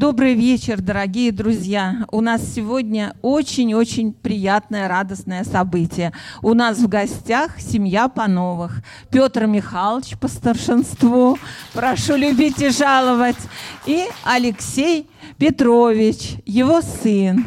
Добрый вечер, дорогие друзья. У нас сегодня очень-очень приятное, радостное событие. У нас в гостях семья Пановых. Петр Михайлович по старшинству, прошу любить и жаловать, и Алексей Петрович, его сын.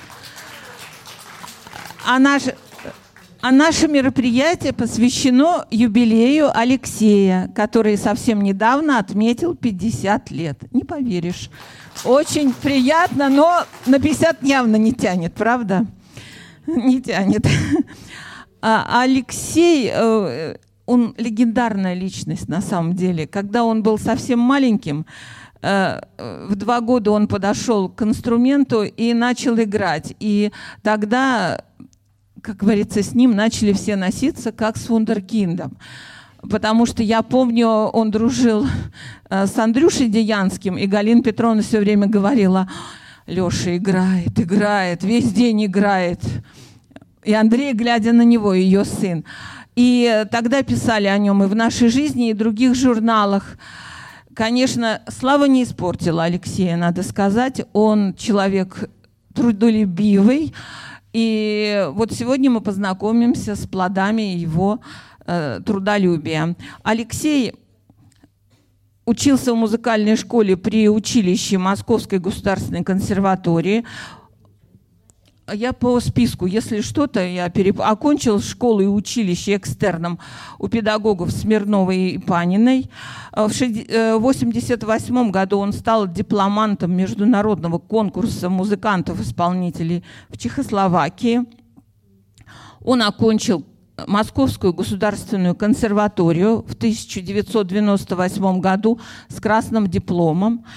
А наше мероприятие посвящено юбилею Алексея, который совсем недавно отметил 50 лет. Не поверишь. Очень приятно, но на 50 явно не тянет, правда? Не тянет. Алексей, он легендарная личность на самом деле. Когда он был совсем маленьким, в 2 года он подошел к инструменту и начал играть. И тогда, как говорится, с ним начали все носиться, как с вундеркиндом. Потому что я помню, он дружил с Андрюшей Деянским, и Галина Петровна все время говорила: Леша играет, весь день играет. И Андрей, глядя на него, ее сын. И тогда писали о нем и в «Нашей жизни», и в других журналах. Конечно, слава не испортила Алексея, надо сказать. Он человек трудолюбивый. И вот сегодня мы познакомимся с плодами его трудолюбия. Алексей учился в музыкальной школе при училище Московской государственной консерватории. Я по списку, если что-то, я окончил школу и училище экстерном у педагогов Смирновой и Паниной. В 1988 году он стал дипломантом международного конкурса музыкантов-исполнителей в Чехословакии. Он окончил Московскую государственную консерваторию в 1998 году с красным дипломом.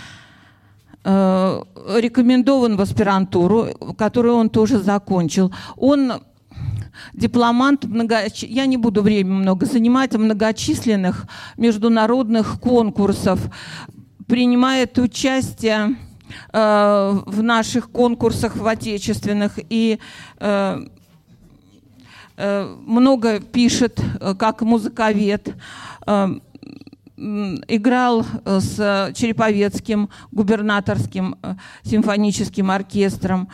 Рекомендован в аспирантуру, которую он тоже закончил. Он дипломант, я не буду время много занимать, многочисленных международных конкурсов, принимает участие в наших конкурсах, в отечественных, и много пишет как музыковед. Играл с Череповецким губернаторским симфоническим оркестром,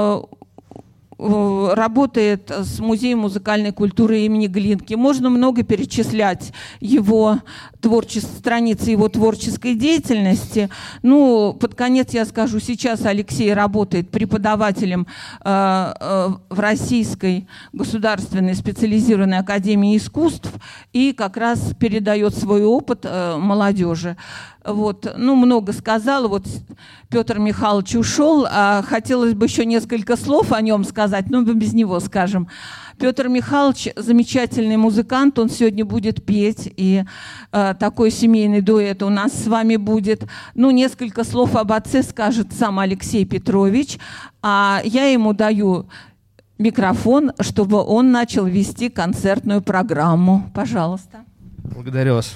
работает с Музеем музыкальной культуры имени Глинки. Можно много перечислять его страницы его творческой деятельности. Ну, под конец я скажу, сейчас Алексей работает преподавателем в Российской государственной специализированной академии искусств и как раз передает свой опыт молодежи. Вот, ну, много сказала. Вот Петр Михайлович ушел, а хотелось бы еще несколько слов о нем сказать, но мы без него скажем. Петр Михайлович замечательный музыкант, он сегодня будет петь, и такой семейный дуэт у нас с вами будет. Ну, несколько слов об отце скажет сам Алексей Петрович, а я ему даю микрофон, чтобы он начал вести концертную программу. Пожалуйста. Благодарю вас.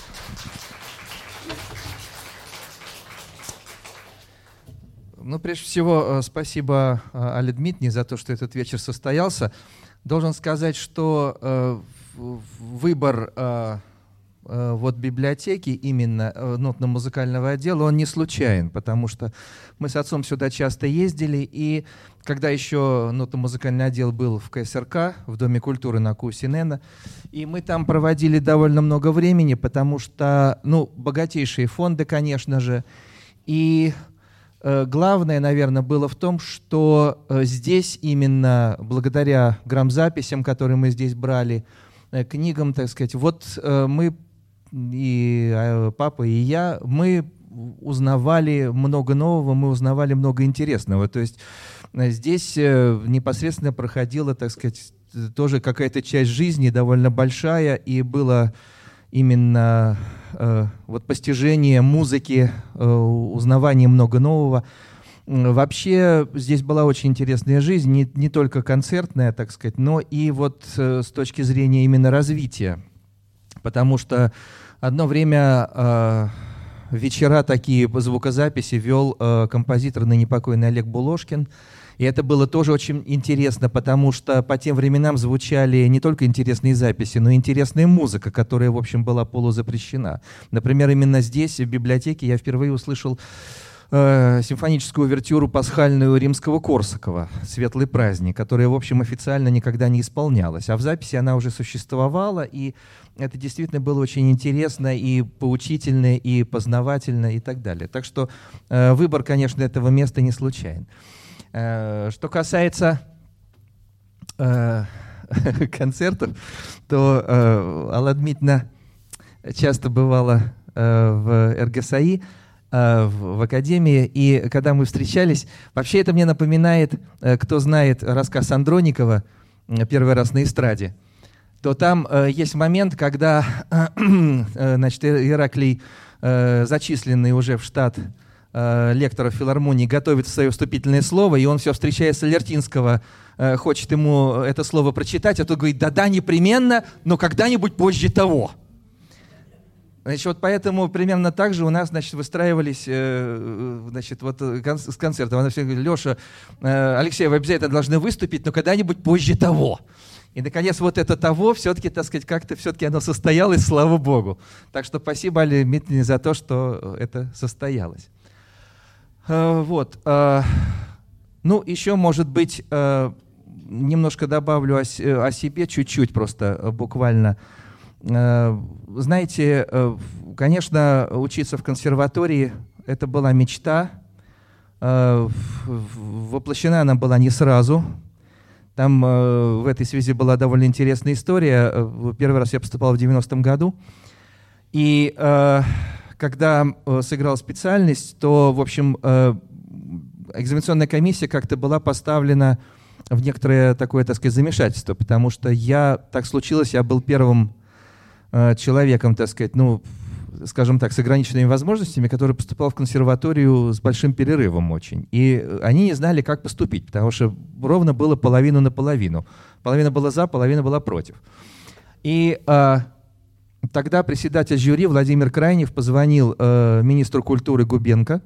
Ну, прежде всего, спасибо Алле Дмитриевне за то, что этот вечер состоялся. Должен сказать, что выбор вот библиотеки, именно нотно-музыкального отдела, он не случайен, потому что мы с отцом сюда часто ездили, и когда еще нотно-музыкальный отдел был в КСРК, в Доме культуры на Кусинена, и мы там проводили довольно много времени, потому что, ну, богатейшие фонды, конечно же, и главное, наверное, было в том, что здесь именно благодаря грамзаписям, которые мы здесь брали, книгам, так сказать, вот мы, и папа, и я, мы узнавали много нового, мы узнавали много интересного. То есть здесь непосредственно проходила, так сказать, тоже какая-то часть жизни довольно большая, и было именно вот постижение музыки, узнавание много нового. Вообще здесь была очень интересная жизнь, не только концертная, так сказать, но и вот с точки зрения именно развития. Потому что одно время вечера такие по звукозаписи вел композитор ныне покойный Олег Булошкин. И это было тоже очень интересно, потому что по тем временам звучали не только интересные записи, но и интересная музыка, которая, в общем, была полузапрещена. Например, именно здесь, в библиотеке, я впервые услышал симфоническую увертюру пасхальную римского Корсакова «Светлый праздник», которая, в общем, официально никогда не исполнялась. А в записи она уже существовала, и это действительно было очень интересно и поучительно, и познавательно, и так далее. Так что выбор, конечно, этого места не случайен. Что касается концертов, то Алла Дмитриевна часто бывала в РГСАИ, в Академии, и когда мы встречались, вообще это мне напоминает, кто знает рассказ Андроникова «Первый раз на эстраде», то там есть момент, когда значит, Ираклий, зачисленный уже в штат лектора филармонии, готовит свое вступительное слово, и он все, встречая Солертинского, хочет ему это слово прочитать, а тот говорит: да-да, непременно, но когда-нибудь позже того. Значит, вот поэтому примерно так же у нас, значит, выстраивались, значит, вот с концертом. Она все говорит: Леша, Алексей, вы обязательно должны выступить, но когда-нибудь позже того. И, наконец, вот это того, все-таки, так сказать, как-то все-таки оно состоялось, слава Богу. Так что спасибо Алле Дмитриевне за то, что это состоялось. Вот. Ну, еще, может быть, немножко добавлю о себе, чуть-чуть просто, буквально. Знаете, конечно, учиться в консерватории – это была мечта. Воплощена она была не сразу. Там в этой связи была довольно интересная история. Первый раз я поступал в 90-м году. И когда сыграл специальность, то, в общем, экзаменационная комиссия как-то была поставлена в некоторое такое, так сказать, замешательство, потому что так случилось, я был первым человеком, так сказать, ну, скажем так, с ограниченными возможностями, который поступал в консерваторию с большим перерывом очень. И они не знали, как поступить, потому что ровно было половину на половину. Половина была за, половина была против. И тогда председатель жюри Владимир Крайнев позвонил министру культуры Губенко,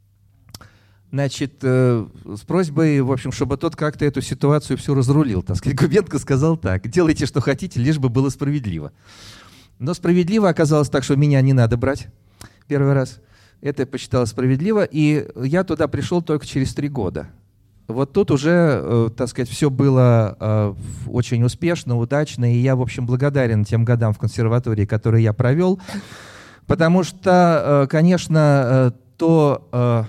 значит, с просьбой, в общем, чтобы тот как-то эту ситуацию всю разрулил. Так сказать, Губенко сказал так: делайте, что хотите, лишь бы было справедливо. Но справедливо оказалось так, что меня не надо брать первый раз. Это я посчитал справедливо, и я туда пришел только через 3 года. Вот тут уже, так сказать, все было очень успешно, удачно, и я, в общем, благодарен тем годам в консерватории, которые я провел, потому что, конечно, те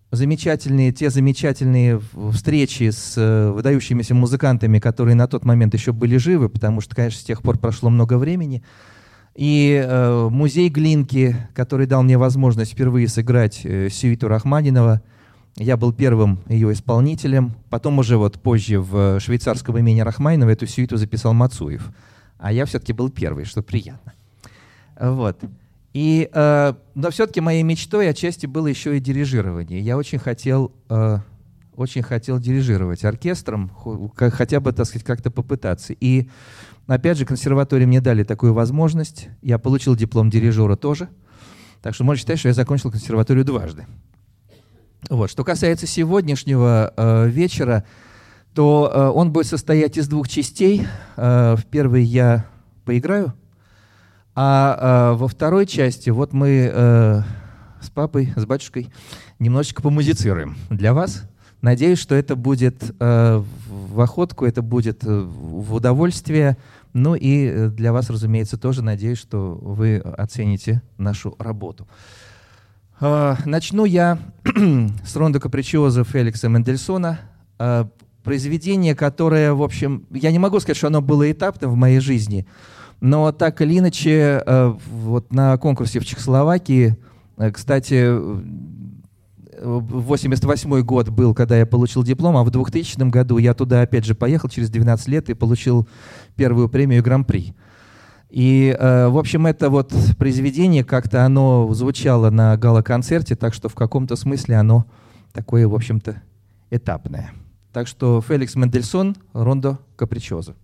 замечательные встречи с выдающимися музыкантами, которые на тот момент еще были живы, потому что, конечно, с тех пор прошло много времени, и музей Глинки, который дал мне возможность впервые сыграть сюиту Рахманинова. Я был первым ее исполнителем. Потом уже вот позже в швейцарском имени Рахманинова эту сюиту записал Мацуев. А я все-таки был первый, что приятно. Вот. Но все-таки моей мечтой отчасти было еще и дирижирование. Я очень хотел дирижировать оркестром, хотя бы, так сказать, как-то попытаться. И опять же, консерватории мне дали такую возможность. Я получил диплом дирижера тоже. Так что можно считать, что я закончил консерваторию дважды. Вот. Что касается сегодняшнего вечера, то он будет состоять из 2 частей. В первой я поиграю, а во второй части вот мы с папой, с батюшкой немножечко помузицируем для вас. Надеюсь, что это будет в охотку, это будет в удовольствие. Ну и для вас, разумеется, тоже надеюсь, что вы оцените нашу работу. Начну я с рондо капричиозо Феликса Мендельсона. Произведение, которое, в общем, я не могу сказать, что оно было этапным в моей жизни, но так или иначе, вот на конкурсе в Чехословакии, кстати, 1988 год был, когда я получил диплом, а в 2000 году я туда опять же поехал через 12 лет и получил первую премию Гран-при. И, в общем, это вот произведение, как-то оно звучало на гала-концерте, так что в каком-то смысле оно такое, в общем-то, этапное. Так что Феликс Мендельсон, рондо капричиозо.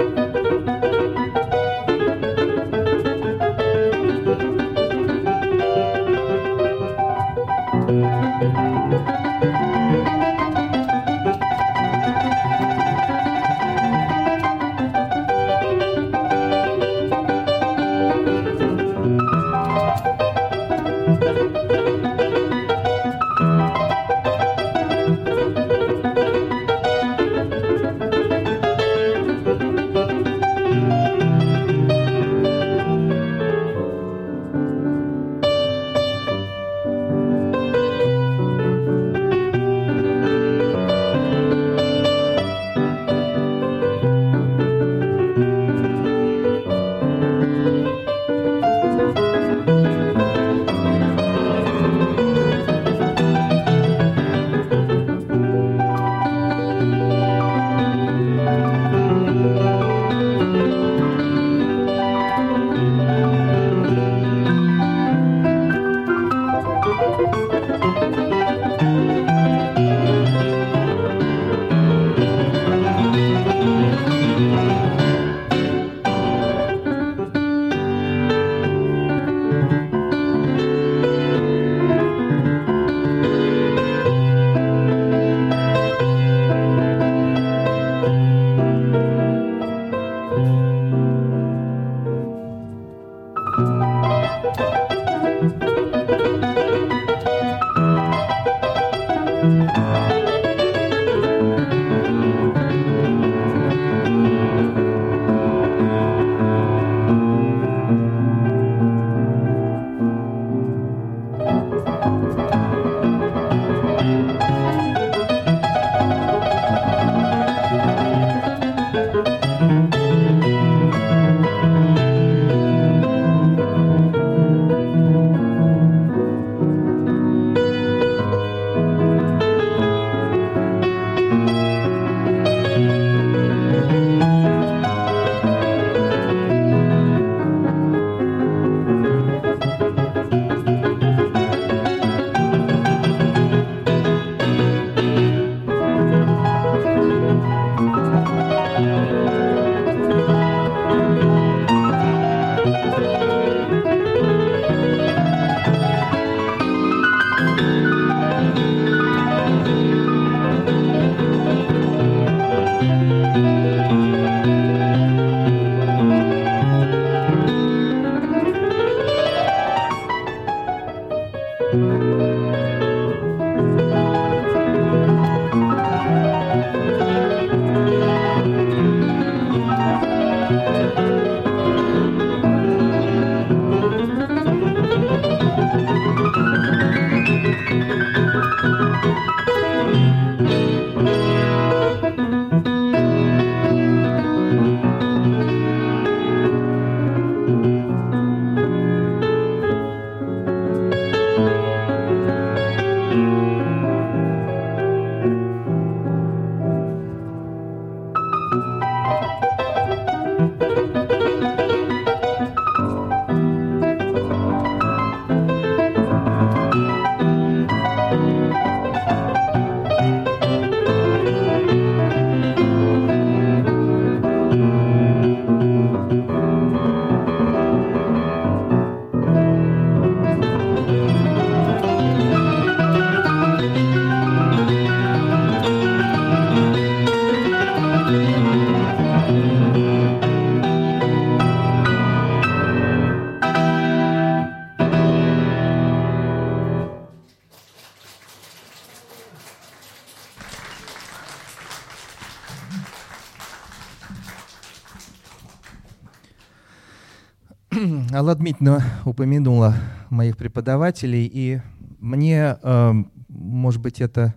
Алла Дмитриевна упомянула моих преподавателей, и мне, может быть, это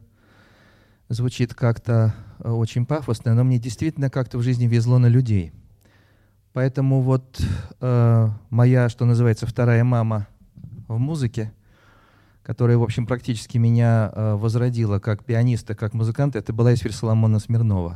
звучит как-то очень пафосно, но мне действительно как-то в жизни везло на людей. Поэтому вот моя, что называется, вторая мама в музыке, которая, в общем, практически меня возродила как пианиста, как музыканта, это была Исфирь Соломона Смирнова.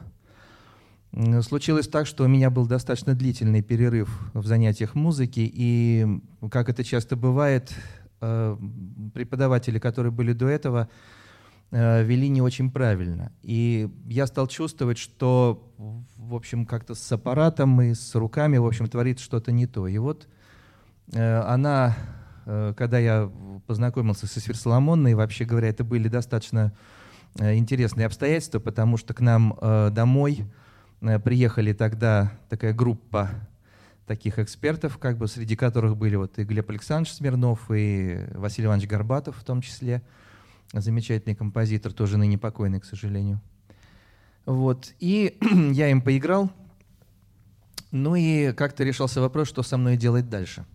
Случилось так, что у меня был достаточно длительный перерыв в занятиях музыки, и, как это часто бывает, преподаватели, которые были до этого, вели не очень правильно. И я стал чувствовать, что, в общем, как-то с аппаратом и с руками, в общем, творится что-то не то. И вот она, когда я познакомился со Свердловской, вообще говоря, это были достаточно интересные обстоятельства, потому что к нам домой приехали тогда такая группа таких экспертов, как бы, среди которых были вот и Глеб Александрович Смирнов, и Василий Иванович Горбатов в том числе, замечательный композитор, тоже ныне покойный, к сожалению. Вот. И я им поиграл, ну и как-то решался вопрос, что со мной делать дальше.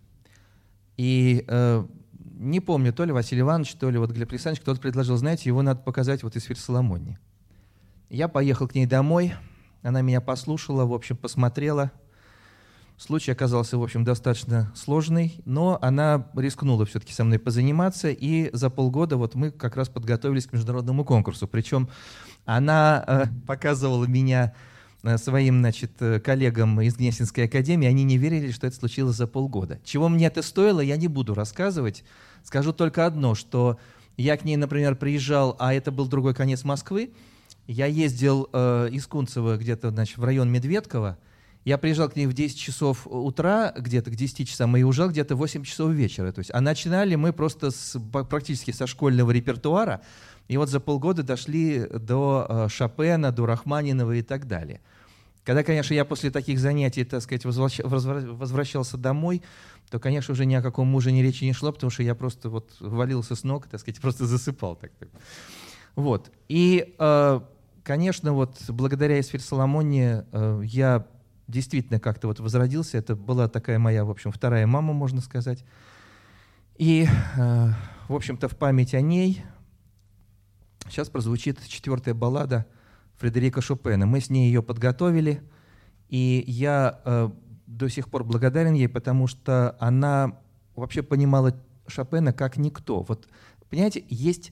И не помню, то ли Василий Иванович, то ли вот Глеб Александрович, кто-то предложил, знаете, его надо показать вот из Свердловской. Я поехал к ней домой, она меня послушала, в общем, посмотрела. Случай оказался, в общем, достаточно сложный, но она рискнула все-таки со мной позаниматься, и за полгода вот мы как раз подготовились к международному конкурсу. Причем она показывала меня своим, значит, коллегам из Гнесинской академии, они не верили, что это случилось за полгода. Чего мне это стоило, я не буду рассказывать. Скажу только одно, что я к ней, например, приезжал, а это был другой конец Москвы. Я ездил из Кунцева где-то, значит, в район Медведково. Я приезжал к ней в 10 часов утра, где-то к 10 часам, и уезжал где-то в 8 часов вечера. То есть, а начинали мы просто практически со школьного репертуара, и вот за полгода дошли до Шопена, до Рахманинова и так далее. Когда, конечно, я после таких занятий, так сказать, возвращался домой, то, конечно, уже ни о каком ужине речи не шло, потому что я просто вот валился с ног, так сказать, просто засыпал. Так. Вот. И, конечно, вот благодаря Эсфирь Соломоне я действительно как-то вот возродился. Это была такая моя, в общем, вторая мама, можно сказать. И, в общем-то, в память о ней сейчас прозвучит 4-я баллада Фредерика Шопена. Мы с ней ее подготовили, и я до сих пор благодарен ей, потому что она вообще понимала Шопена как никто. Вот, понимаете, есть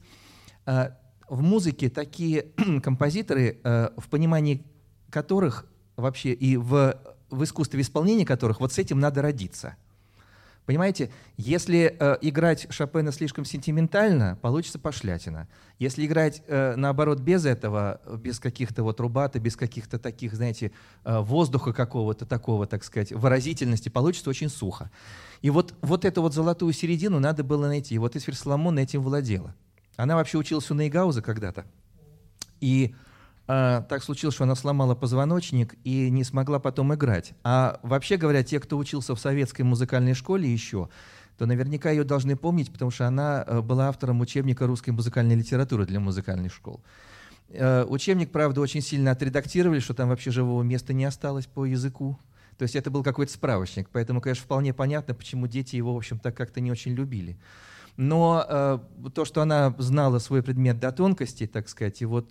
в музыке такие композиторы, в понимании которых вообще и в искусстве исполнения которых вот с этим надо родиться. Понимаете, если играть Шопена слишком сентиментально, получится пошлятина. Если играть, наоборот, без этого, без каких-то вот рубата, без каких-то таких, знаете, воздуха какого-то такого, так сказать, выразительности, получится очень сухо. И вот эту вот золотую середину надо было найти. И вот Эсфирь Соломон этим владела. Она вообще училась у Нейгауза когда-то. И так случилось, что она сломала позвоночник и не смогла потом играть. А вообще говоря, те, кто учился в советской музыкальной школе еще, то наверняка ее должны помнить, потому что она была автором учебника русской музыкальной литературы для музыкальных школ. Учебник, правда, очень сильно отредактировали, что там вообще живого места не осталось по языку. То есть это был какой-то справочник. Поэтому, конечно, вполне понятно, почему дети его, в общем, так как-то не очень любили. Но то, что она знала свой предмет до тонкости, так сказать, и вот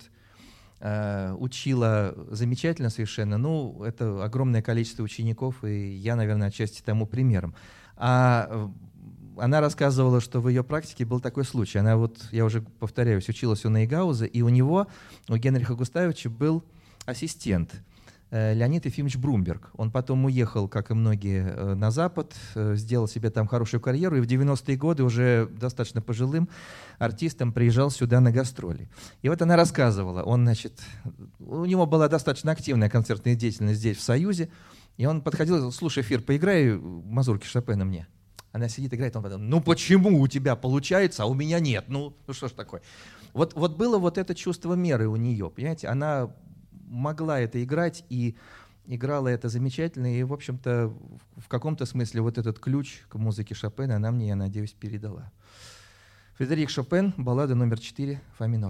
учила замечательно совершенно, ну, это огромное количество учеников, и я, наверное, отчасти тому примером. А она рассказывала, что в ее практике был такой случай. Она вот, я уже повторяюсь, училась у Нейгауза, и у него, у Генриха Густавовича, был ассистент Леонид Ефимович Брумберг. Он потом уехал, как и многие, на Запад, сделал себе там хорошую карьеру, и в 90-е годы уже достаточно пожилым артистом приезжал сюда на гастроли. И вот она рассказывала, он, значит, у него была достаточно активная концертная деятельность здесь, в Союзе, и он подходил и говорил: слушай, Фир, поиграй мазурки Шопена мне. Она сидит, играет, он потом: ну почему у тебя получается, а у меня нет? Ну что ж такое? Вот было вот это чувство меры у нее, понимаете, она могла это играть и играла это замечательно, и, в общем-то, в каком-то смысле вот этот ключ к музыке Шопена она мне, я надеюсь, передала. Фредерик Шопен, баллада номер 4, фа минор.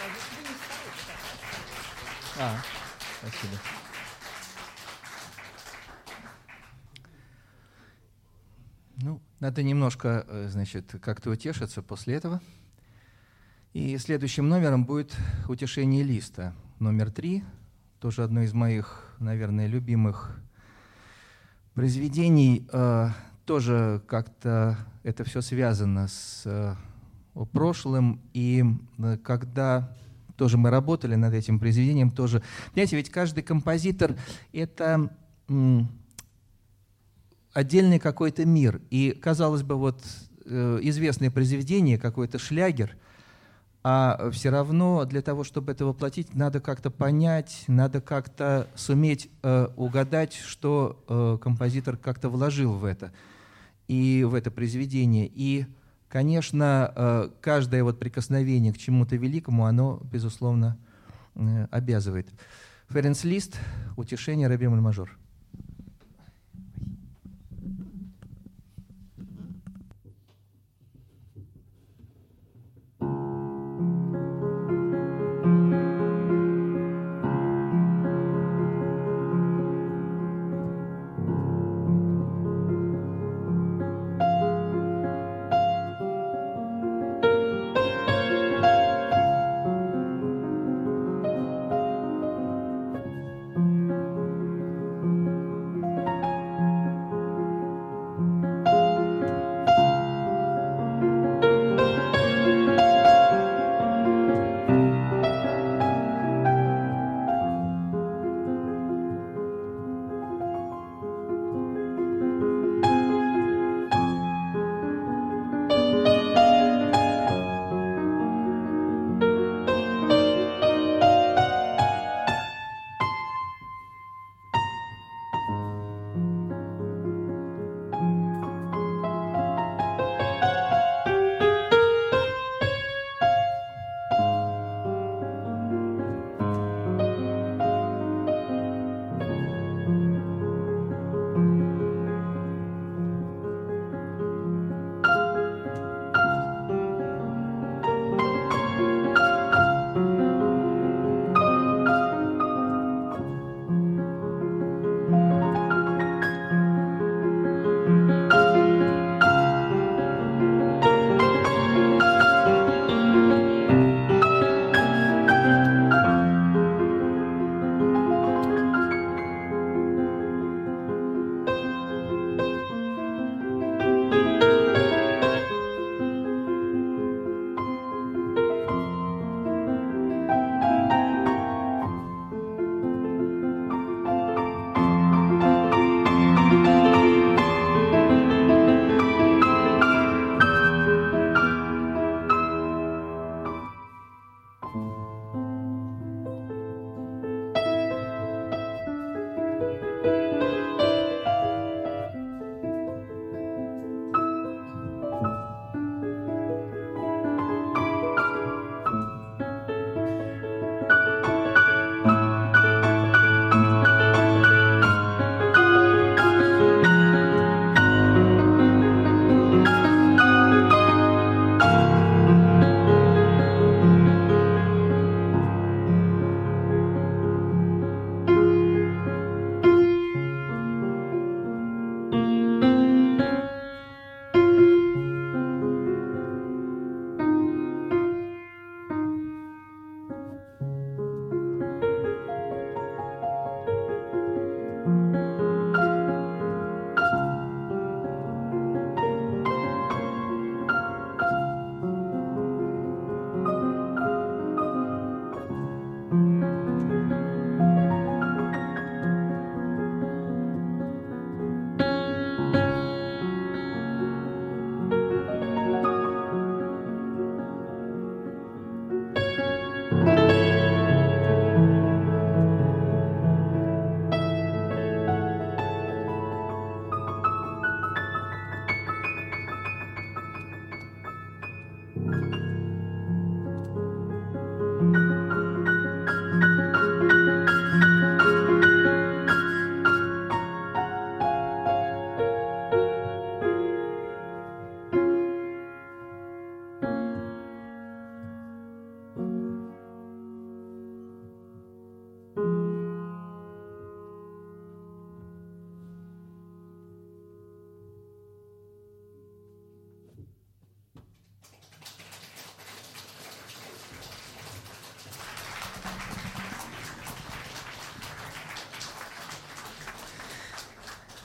Спасибо. Ну, надо немножко, значит, как-то утешиться после этого. И следующим номером будет «Утешение Листа», номер 3, тоже одно из моих, наверное, любимых произведений. Тоже как-то это все связано с прошлым, и когда тоже мы работали над этим произведением, тоже, понимаете, ведь каждый композитор — это отдельный какой-то мир, и, казалось бы, вот известное произведение, какой-то шлягер, а все равно для того, чтобы это воплотить, надо как-то понять, надо как-то суметь угадать, что композитор как-то вложил в это, и в это произведение. И, конечно, каждое вот прикосновение к чему-то великому, оно, безусловно, обязывает. Ференц Лист, «Утешение», ре бемоль мажор.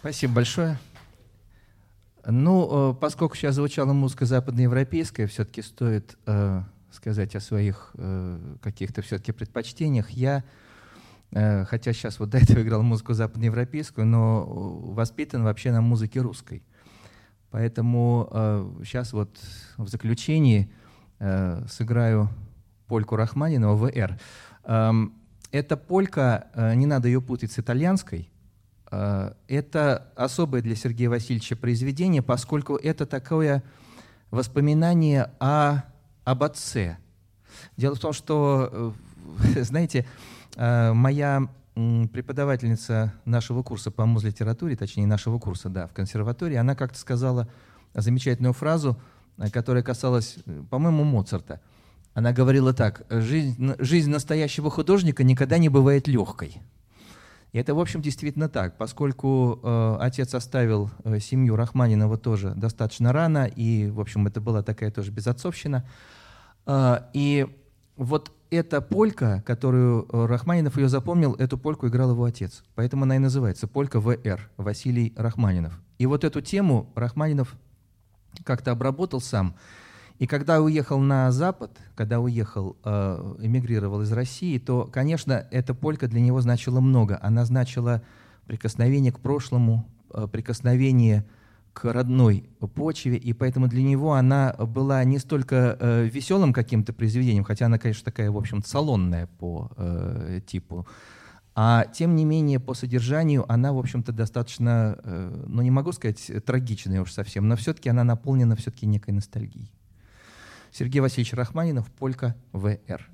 Спасибо большое. Ну, поскольку сейчас звучала музыка западноевропейская, все-таки стоит сказать о своих каких-то все-таки предпочтениях. Я, хотя сейчас вот до этого играл музыку западноевропейскую, но воспитан вообще на музыке русской. Поэтому сейчас вот в заключении сыграю польку Рахманинова «ВР». Эта полька, не надо ее путать с итальянской, это особое для Сергея Васильевича произведение, поскольку это такое воспоминание об отце. Дело в том, что, знаете, моя преподавательница нашего курса по музлитературе, точнее нашего курса, да, в консерватории, она как-то сказала замечательную фразу, которая касалась, по-моему, Моцарта. Она говорила так: жизнь настоящего художника никогда не бывает легкой. И это, в общем, действительно так, поскольку отец оставил семью Рахманинова тоже достаточно рано, и, в общем, это была такая тоже безотцовщина. И вот эта полька, которую Рахманинов ее запомнил, эту польку играл его отец. Поэтому она и называется «Полька ВР» Василий Рахманинов. И вот эту тему Рахманинов как-то обработал сам. И когда уехал на Запад, когда уехал, эмигрировал из России, то, конечно, эта полька для него значила много. Она значила прикосновение к прошлому, прикосновение к родной почве, и поэтому для него она была не столько веселым каким-то произведением, хотя она, конечно, такая, в общем, салонная по типу, а тем не менее по содержанию она, в общем-то, достаточно, ну не могу сказать трагичная уж совсем, но все-таки она наполнена все-таки некой ностальгией. Сергей Васильевич Рахманинов, полька ВР.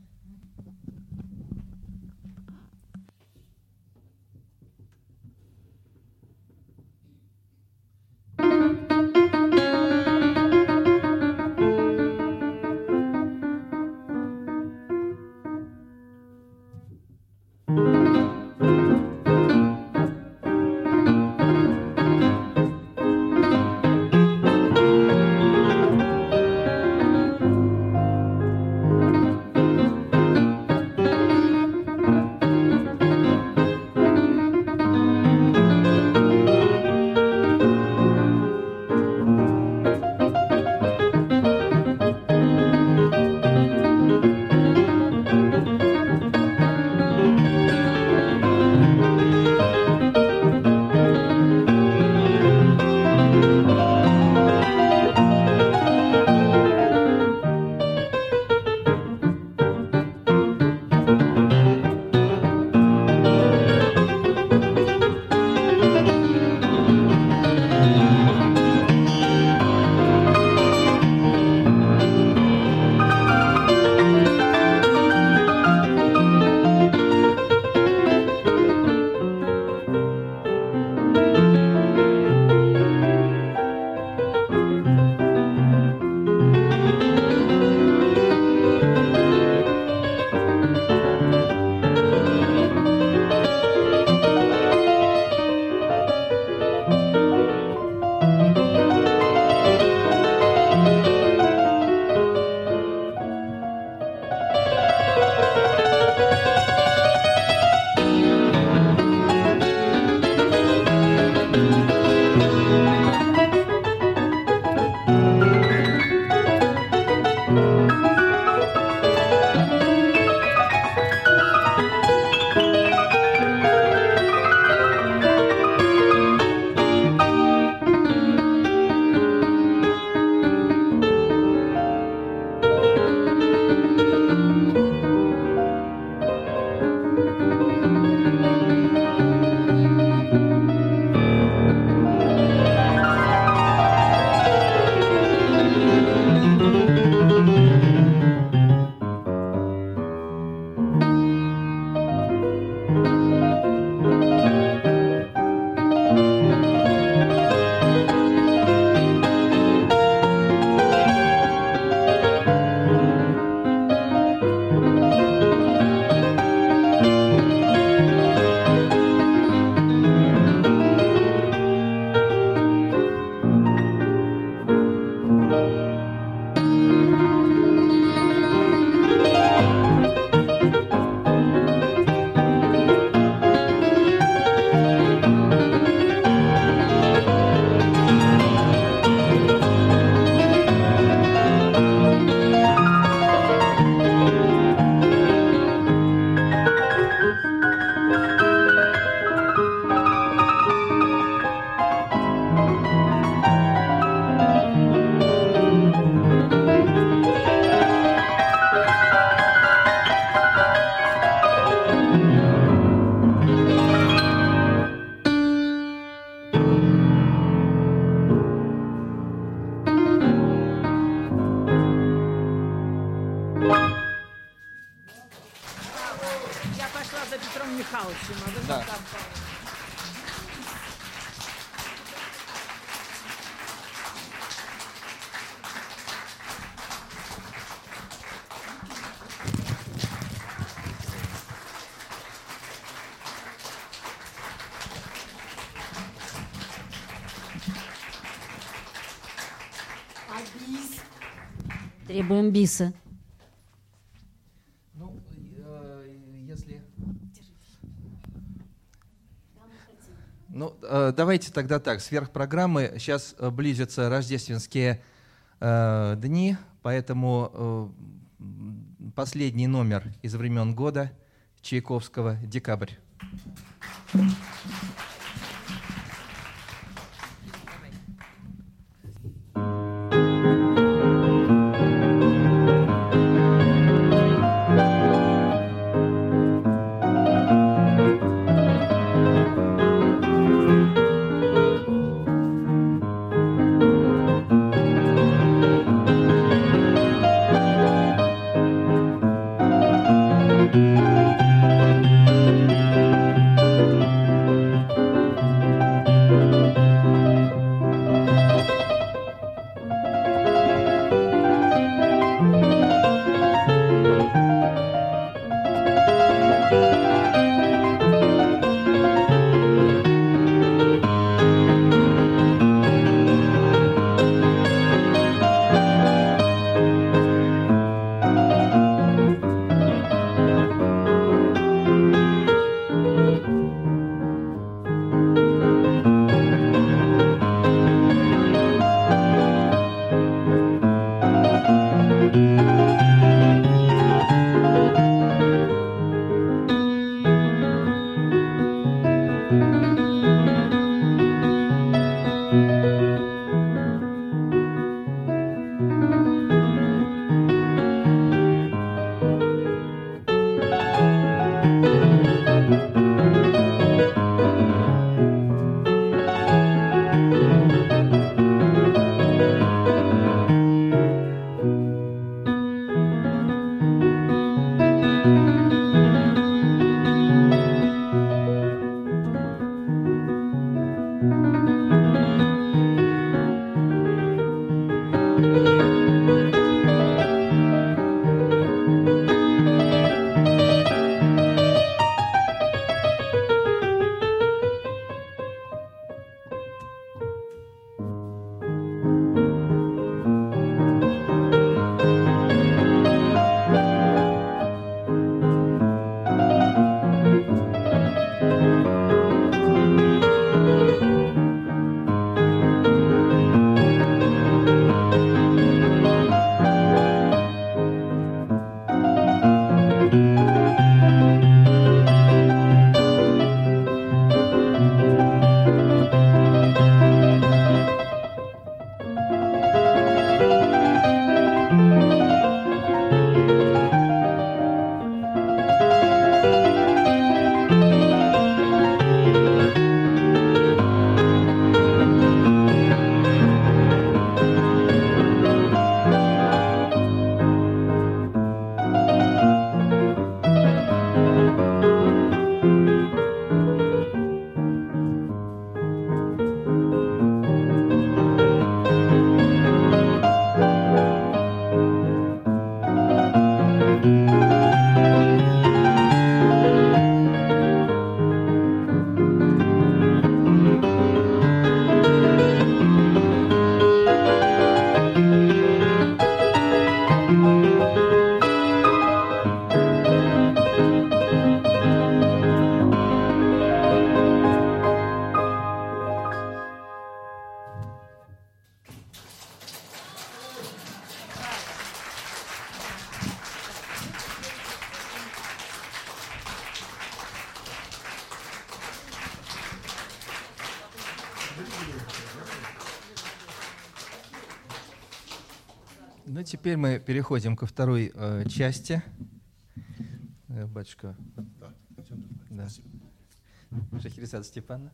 Михайловичем, а вы Да. пока... Требуем биса. Ну, если... Ну, давайте тогда так, сверх программы. Сейчас близятся рождественские дни, поэтому последний номер из времен года Чайковского «Декабрь». Ну, теперь мы переходим ко второй части. Батюшка. Да. Шахерезада Степановна.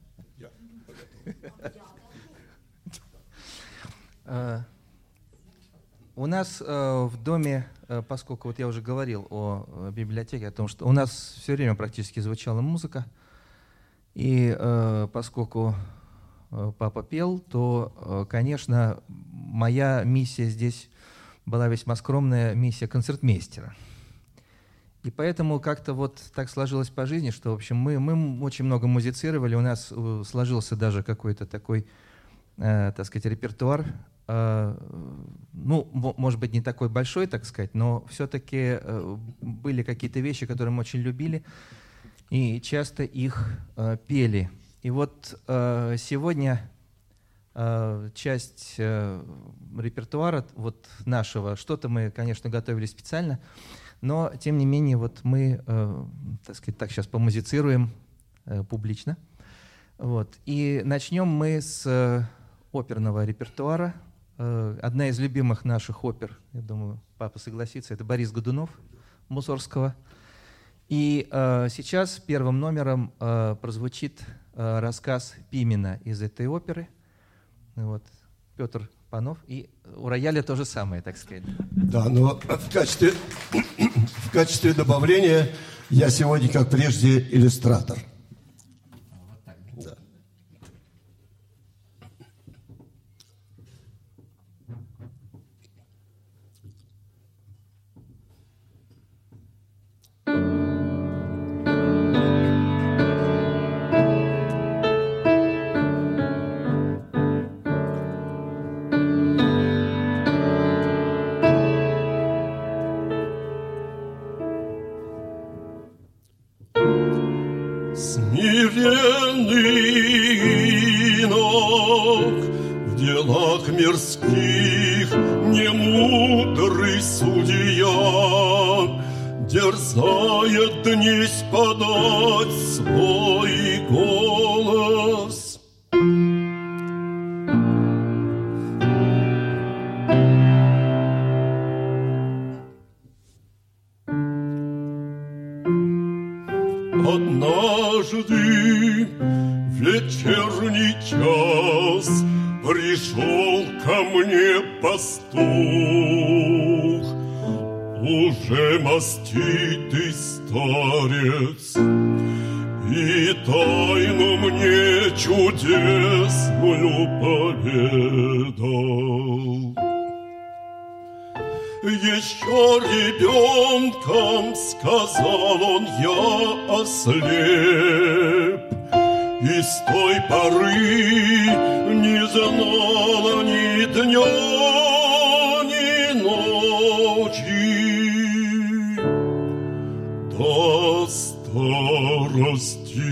У нас в доме, поскольку вот я уже говорил о библиотеке, о том, что у нас все время практически звучала музыка, и поскольку папа пел, то, конечно, моя миссия здесь была весьма скромная, миссия концертмейстера. И поэтому как-то вот так сложилось по жизни, что, в общем, мы очень много музицировали, у нас сложился даже какой-то такой, так сказать, репертуар. Ну, может быть, не такой большой, так сказать, но все-таки были какие-то вещи, которые мы очень любили, и часто их пели. И вот сегодня часть репертуара вот нашего, что-то мы, конечно, готовили специально, но, тем не менее, вот мы, так сказать, так сейчас помузицируем публично. Вот. И начнем мы с оперного репертуара. Одна из любимых наших опер, я думаю, папа согласится, это Борис Годунов Мусоргского. И сейчас первым номером прозвучит рассказ Пимена из этой оперы. Вот. Петр Панов. И у рояля то же самое, так сказать. Да, но в качестве добавления я сегодня, как прежде, иллюстратор. Вот так. Да. Смиренный инок в делах мирских, немудрый судья, дерзает днесь подать свой голос. Однажды вечерний час пришел ко мне пастух, уже маститый старец, и тайну мне чудесную поведал. Еще ребенком, сказал он, я ослеп, и с той поры не знала ни дня, ни ночи до старости.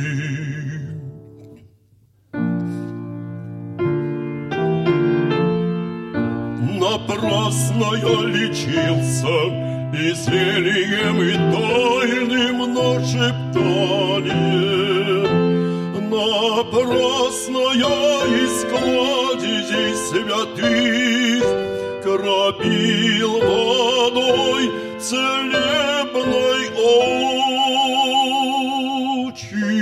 Напрасно я лечился и зельем, и тайным нашептанием. Напрасно я из кладезей святых кропил водой целебной очи.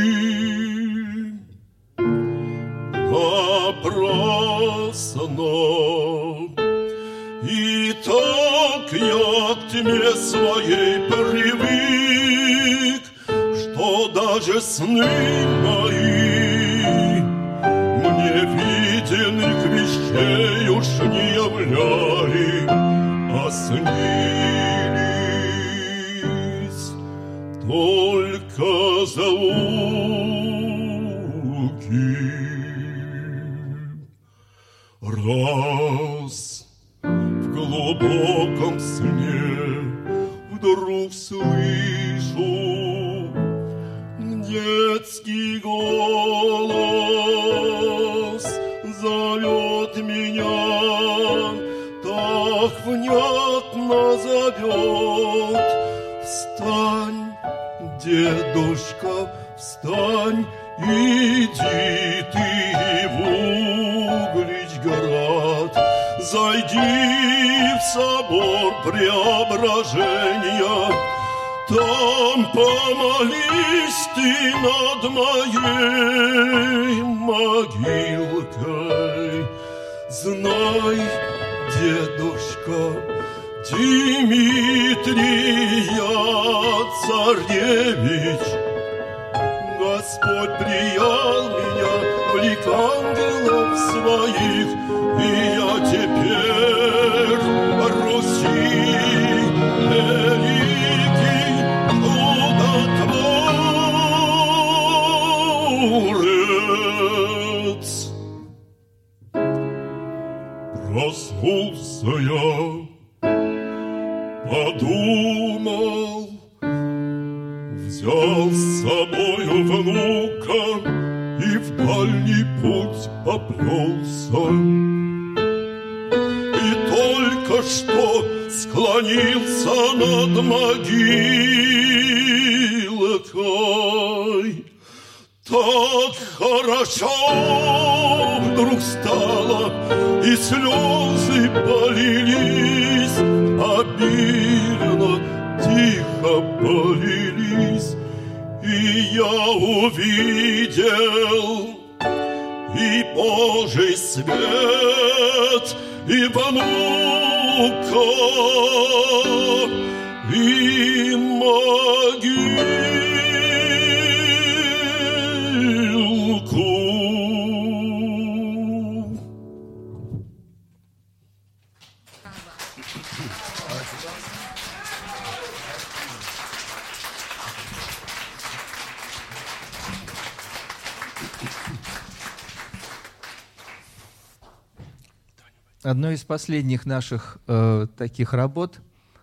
Напрасно. И так я к тьме своей привык, что даже сны мои мне виденных вещей уж не являли, а снились только звуки. Раз в глубоком сне вдруг слышу детский голос, зовет меня, так внятно зовет. Встань, дедушка, встань, иди ты в Угличград, зайди в собор Преображения, там помолись ты над моей могилкой. Знай, дедушка, Дмитрия царевич, Господь приял меня в лик ангелов своих, и я теперь Руси великий чудотворец. Проснулся я, подумал, взял с собою внука и в дальний путь поплелся. И только что склонился над могилкой, так хорошо вдруг стало, и слезы полились, обильно, тихо полились, и я увидел и Божий свет, и внука, и могилку. Одной из последних наших таких работ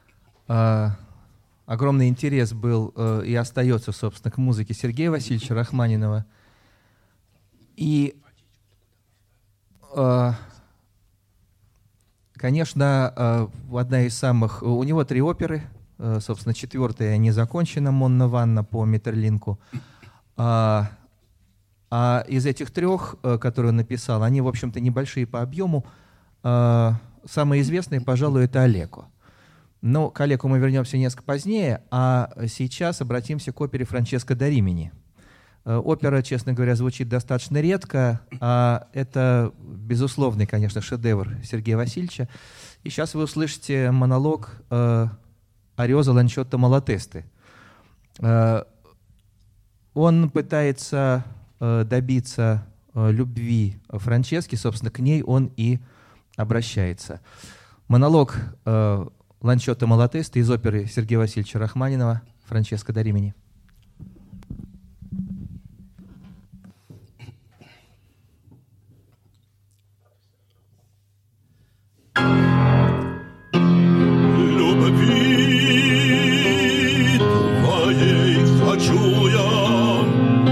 огромный интерес был и остается, собственно, к музыке Сергея Васильевича Рахманинова. И, конечно, одна из самых... У него 3 оперы, собственно, 4-я не закончена, «Монна Ванна» по Метерлинку. А из этих 3, которые он написал, они, в общем-то, небольшие по объему. Самые известные, пожалуй, это «Алеко». Но к «Алеко» мы вернемся несколько позднее, а сейчас обратимся к опере Франческо да Римини. Опера, честно говоря, звучит достаточно редко, а это безусловный, конечно, шедевр Сергея Васильевича. И сейчас вы услышите монолог «Ариозо Ланчотто Малатесты». Он пытается добиться любви Франчески, собственно, к ней он и обращается. Монолог Ланчотто Малатесты из оперы Сергея Васильевича Рахманинова «Франческо да Римини». Любви твоей хочу я,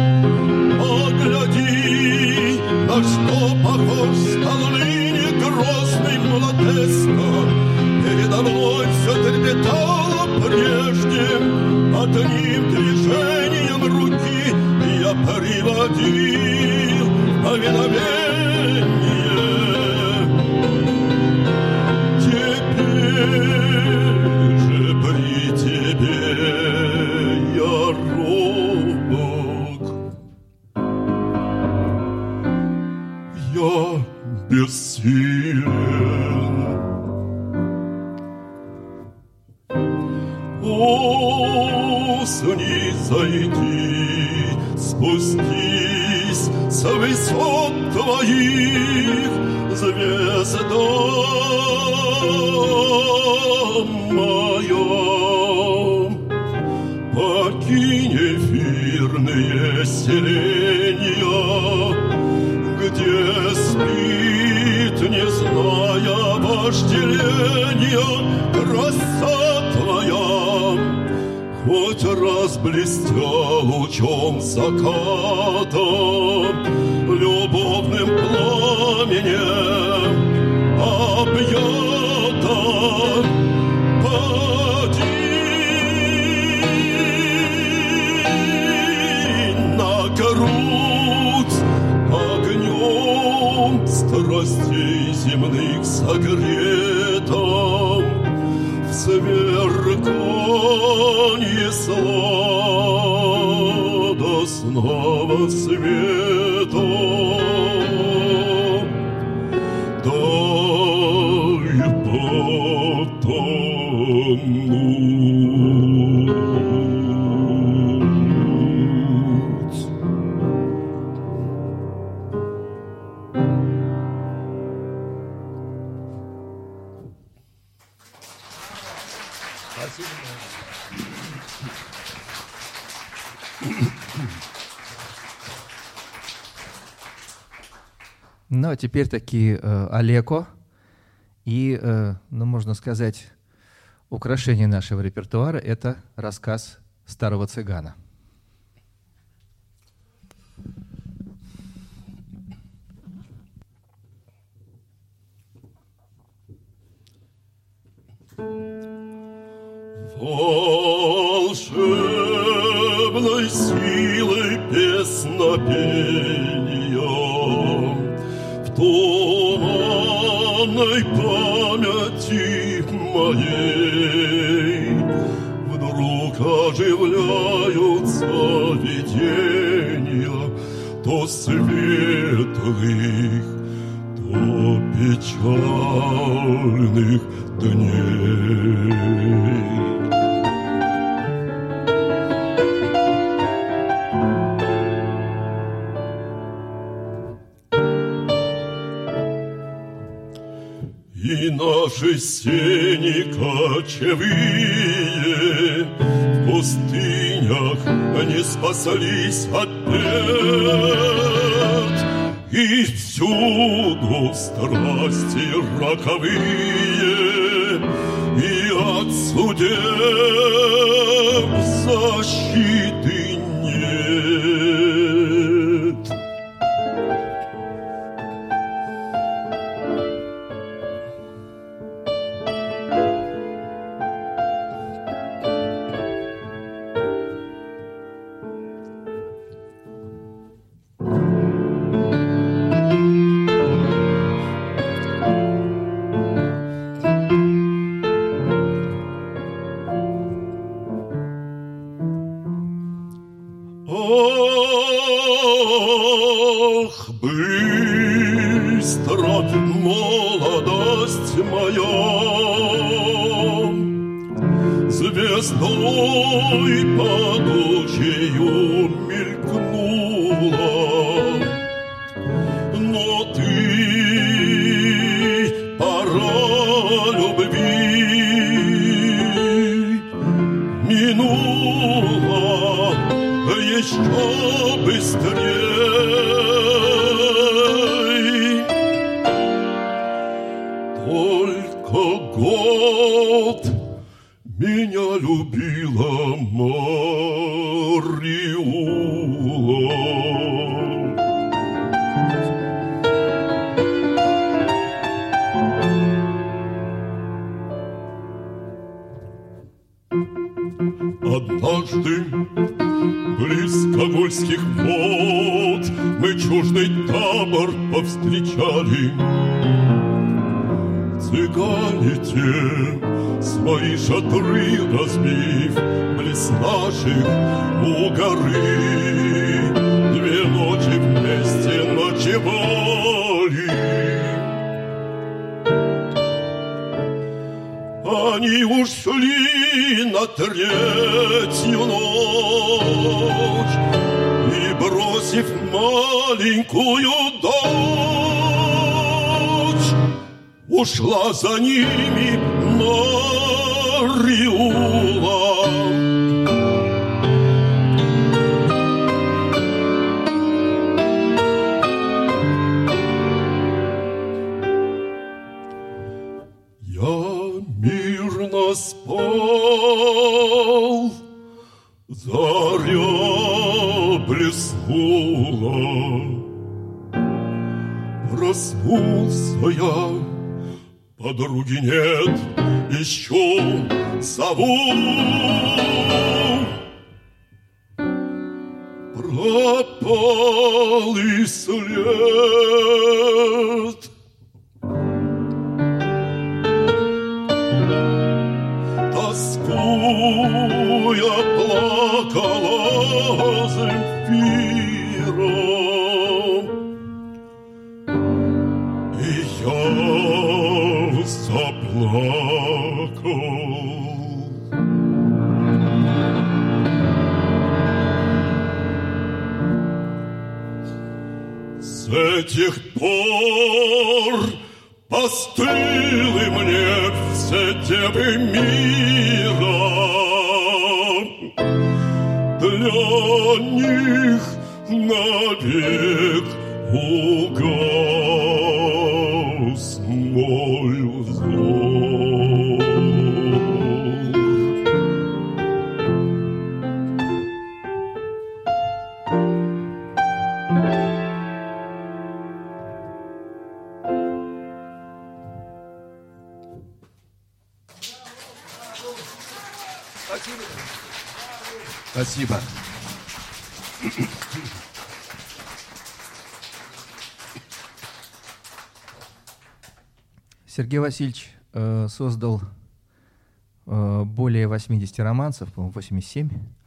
погляди, на что похож стал ныне грозный Малатеста. Передо мной все трепетало прежде, одним движением руки я приводил повиновение. Теперь же при тебе я робок, я бессилен. О, снизойди, спустись с высот твоих, звезда моя. Покинь эфирные селения, где спит, не зная вожделения, краса твоя. Хоть раз блестя лучом заката, любовным пламенем объята, поди на грудь огнем страстей земных согрета, в сверканье сладостного света. Дай потом Ну, а теперь таки Олеко и, ну, можно сказать, украшение нашего репертуара – это рассказ старого цыгана. Волшебной силой песнопения в туманной памяти моей вдруг оживляются видения то светлых, то печальных дней. И наши сени кочевые в пустынях не спаслись от бед, и всюду страсти роковые, и от судеб защиты нет. Ах, быстро молодость моя звездой падучею мелькнула, но ты, пора любви, минула еще быстрей. Только год меня любила Мариула. Однажды близ Ковольских вод мы чуждый табор повстречали. Цыгане те, свои шатры разбив, близ наших у горы 2 ночи вместе ночевали. Они ушли на 3-ю ночь и, бросив маленькую дочь, ушла за ними Мариула. Мирно спал, заря блеснула. Проснулся я, подруги нет, ищу сову. Пропал и след. Тоскуя плакала Земфира, и я заплакал. этих пор постыли мне все девы мира. Для них навек угас мой взор. Спасибо. Сергей Васильевич создал более 80 романсов, по-моему, 87.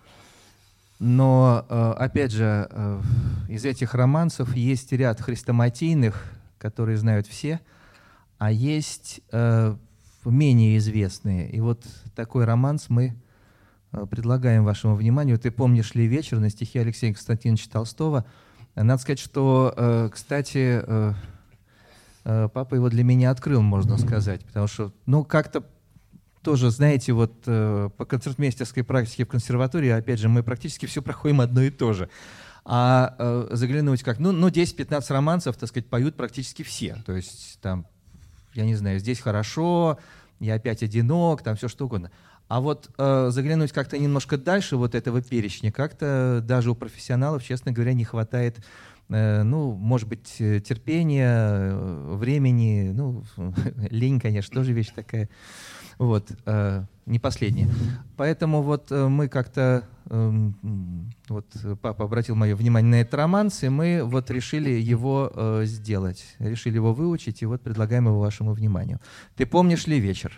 Но, опять же, из этих романсов есть ряд хрестоматийных, которые знают все, а есть менее известные. И вот такой романс мы предлагаем вашему вниманию. «Ты помнишь ли вечер» на стихи Алексея Константиновича Толстого. Надо сказать, что, кстати, папа его для меня открыл, можно сказать, потому что, ну, как-то тоже, знаете, вот по концертмейстерской практике в консерватории, опять же, мы практически все проходим одно и то же. А заглянуть как, ну 10-15 романсов, так сказать, поют практически все. То есть там, я не знаю, «Здесь хорошо», «Я опять одинок», там все что угодно. А вот заглянуть как-то немножко дальше вот этого перечня, как-то даже у профессионалов, честно говоря, не хватает, ну, может быть, терпения, времени, ну, лень, конечно, тоже вещь такая, вот, не последняя. Поэтому вот мы как-то, вот папа обратил мое внимание на этот романс, и мы вот решили его сделать, решили его выучить, и вот предлагаем его вашему вниманию. «Ты помнишь ли вечер?»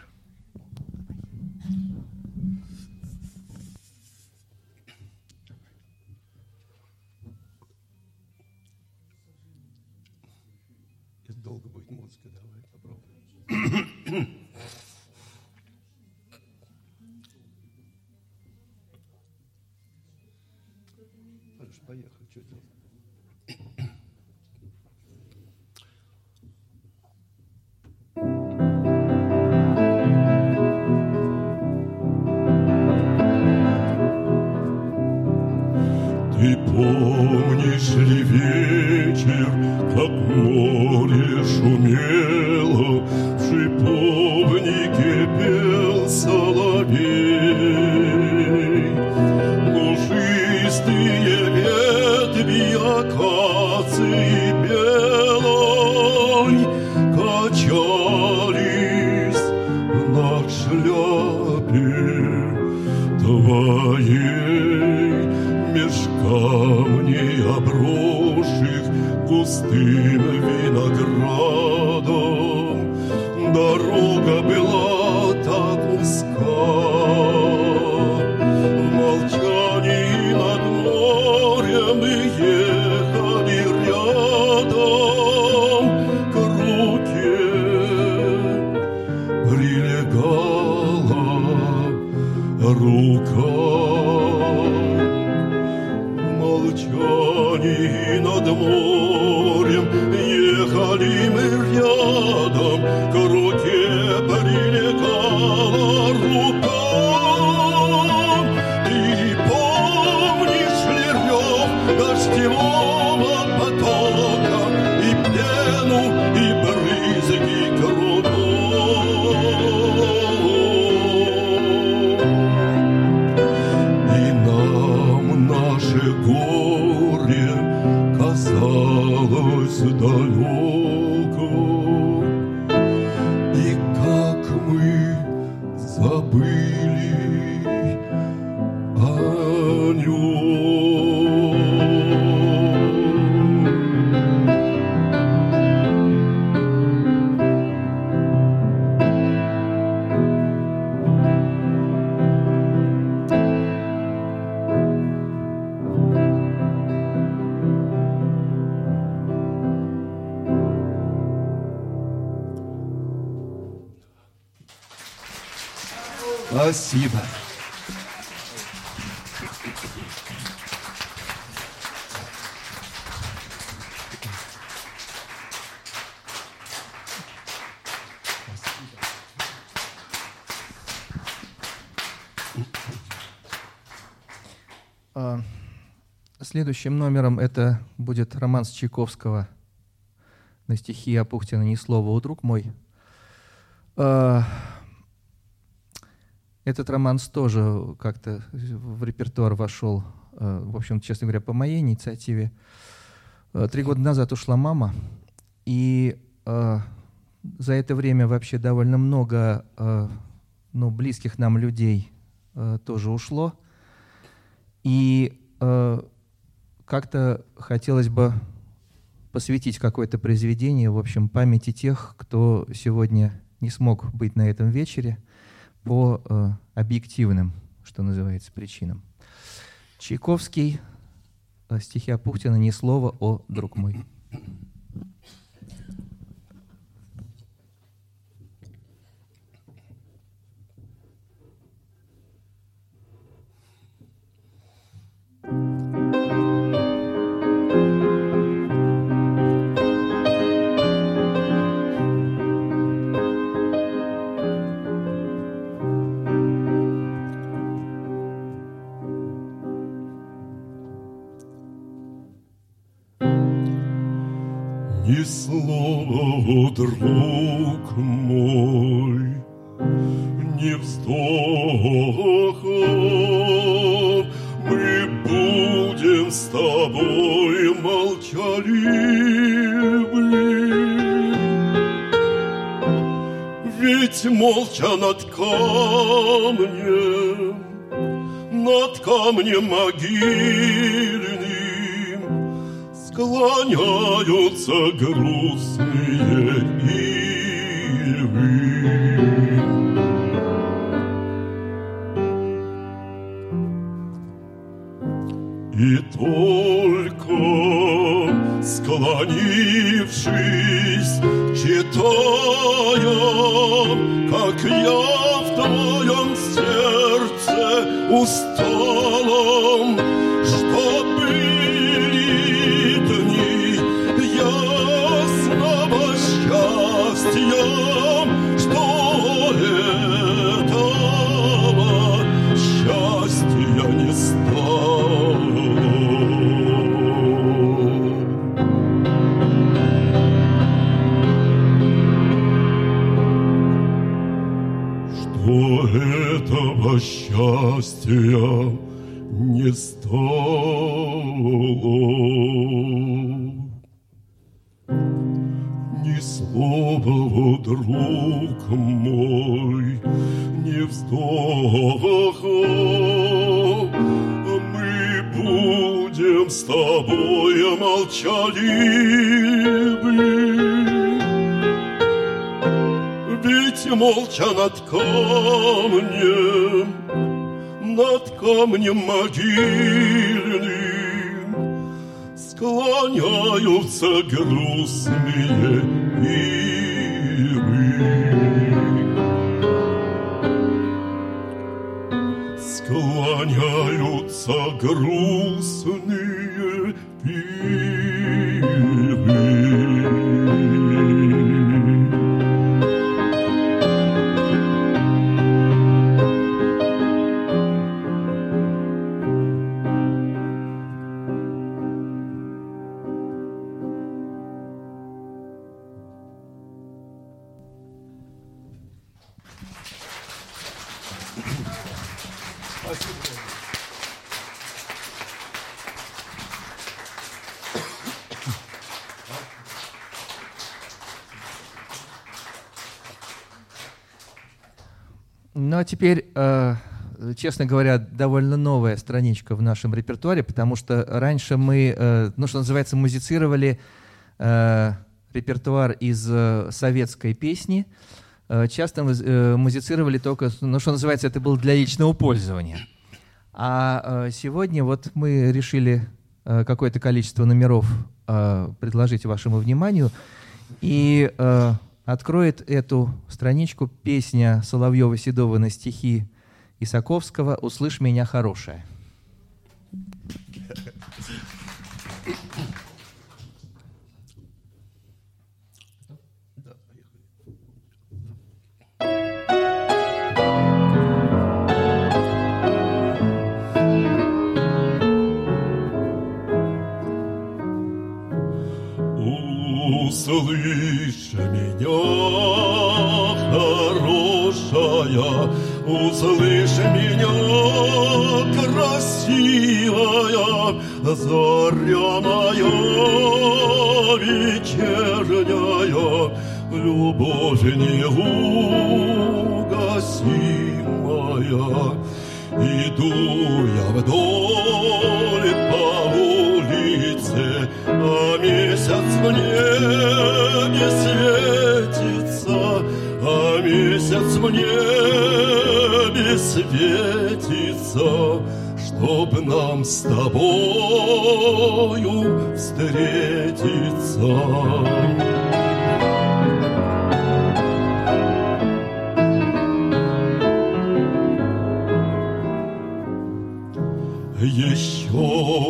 Долго будет музыка, давай попробуем. Хорошо, поехали. Что делать? Ты помнишь ли вечер, как море шумело, в шиповнике пел соловей? Лучистые ветви акации белой качались на шляпе твоей, меж камней обросших густым виноградом. Дорога была так узка, в молчании над морем мы ехали рядом. К руке прилегала рука. И над морем ехали мы рядом, к руке прилегала рука. Ты помнишь ли рев дождевого потока и пену, и брызги кругом? И нам наше горе казалось далеко, и как мы забыли о нем. Спасибо. Следующим номером это будет романс Чайковского на стихи Апухтина «Ни слова, о друг мой». Этот романс тоже как-то в репертуар вошел, в общем, честно говоря, по моей инициативе. 3 года назад ушла мама, и за это время вообще довольно много близких нам людей тоже ушло. И как-то хотелось бы посвятить какое-то произведение, в общем, памяти тех, кто сегодня не смог быть на этом вечере по объективным, что называется, причинам. Чайковский, стихи Апухтина «Ни слова, о друг мой». Ни слова, друг мой, ни вздоха, мы будем с тобой молчаливы. Ведь молча над камнем могильным склоняются грустные ивы. И только склонившись, читая, как я в твоем сердце усталом, что были дни ясного счастья, что этого счастья не стало. Что этого счастья не стало. Ни слова, о друг мой, ни вздоха, мы будем с тобой молчаливы. Ведь молча над камнем могильным склоняются грустные ивы. Склоняются грустные ивы. Ну, а теперь, честно говоря, довольно новая страничка в нашем репертуаре, потому что раньше мы, что называется, музицировали репертуар из советской песни, часто музицировали только, что называется, это было для личного пользования. А сегодня вот мы решили какое-то количество номеров предложить вашему вниманию, и откроет эту страничку песня Соловьева-Седова на стихи Исаковского «Услышь меня, хорошая». услышь меня, хорошая, услышь меня, красивая, заряная, вечерняя, любовь неугасимая. Иду я вдоль по улице, а месяц в небе светится, а месяц в небе светится, чтоб нам с тобою встретиться. Еще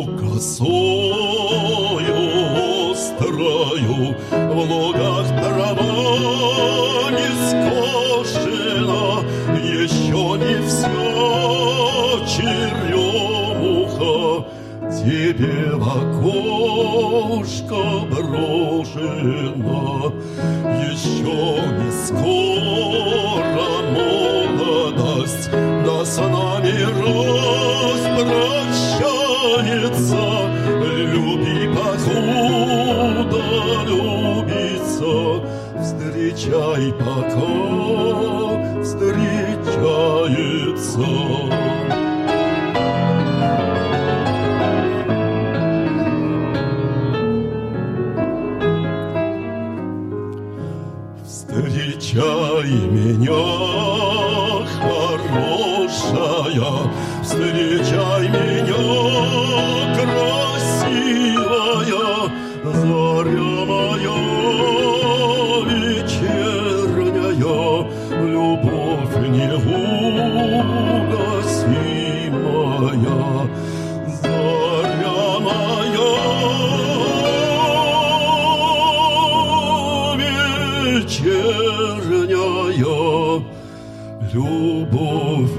косою острою в лугах трава не скошена, еще не все черемуха тебе в окошко брошена. Еще не скоро молодость нас с нами распрощается. Люби, покуда любится, встречай, пока встречается. Встречай меня, хорошая, встречай меня, красивая, заря моя вечерняя, любовь неугасимая, заря моя вечерняя, любовь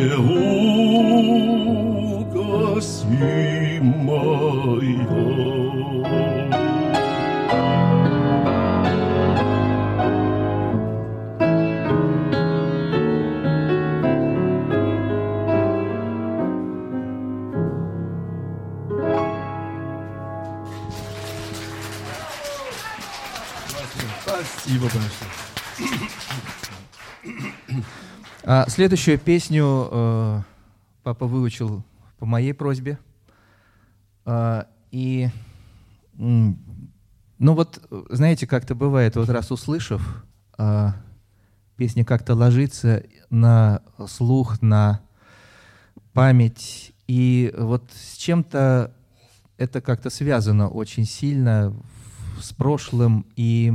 неугасимая. Спасибо большое. Следующую песню папа выучил по моей просьбе. И, ну вот, знаете, как-то бывает, вот раз услышав, песня как-то ложится на слух, на память. И вот с чем-то это как-то связано очень сильно с прошлым и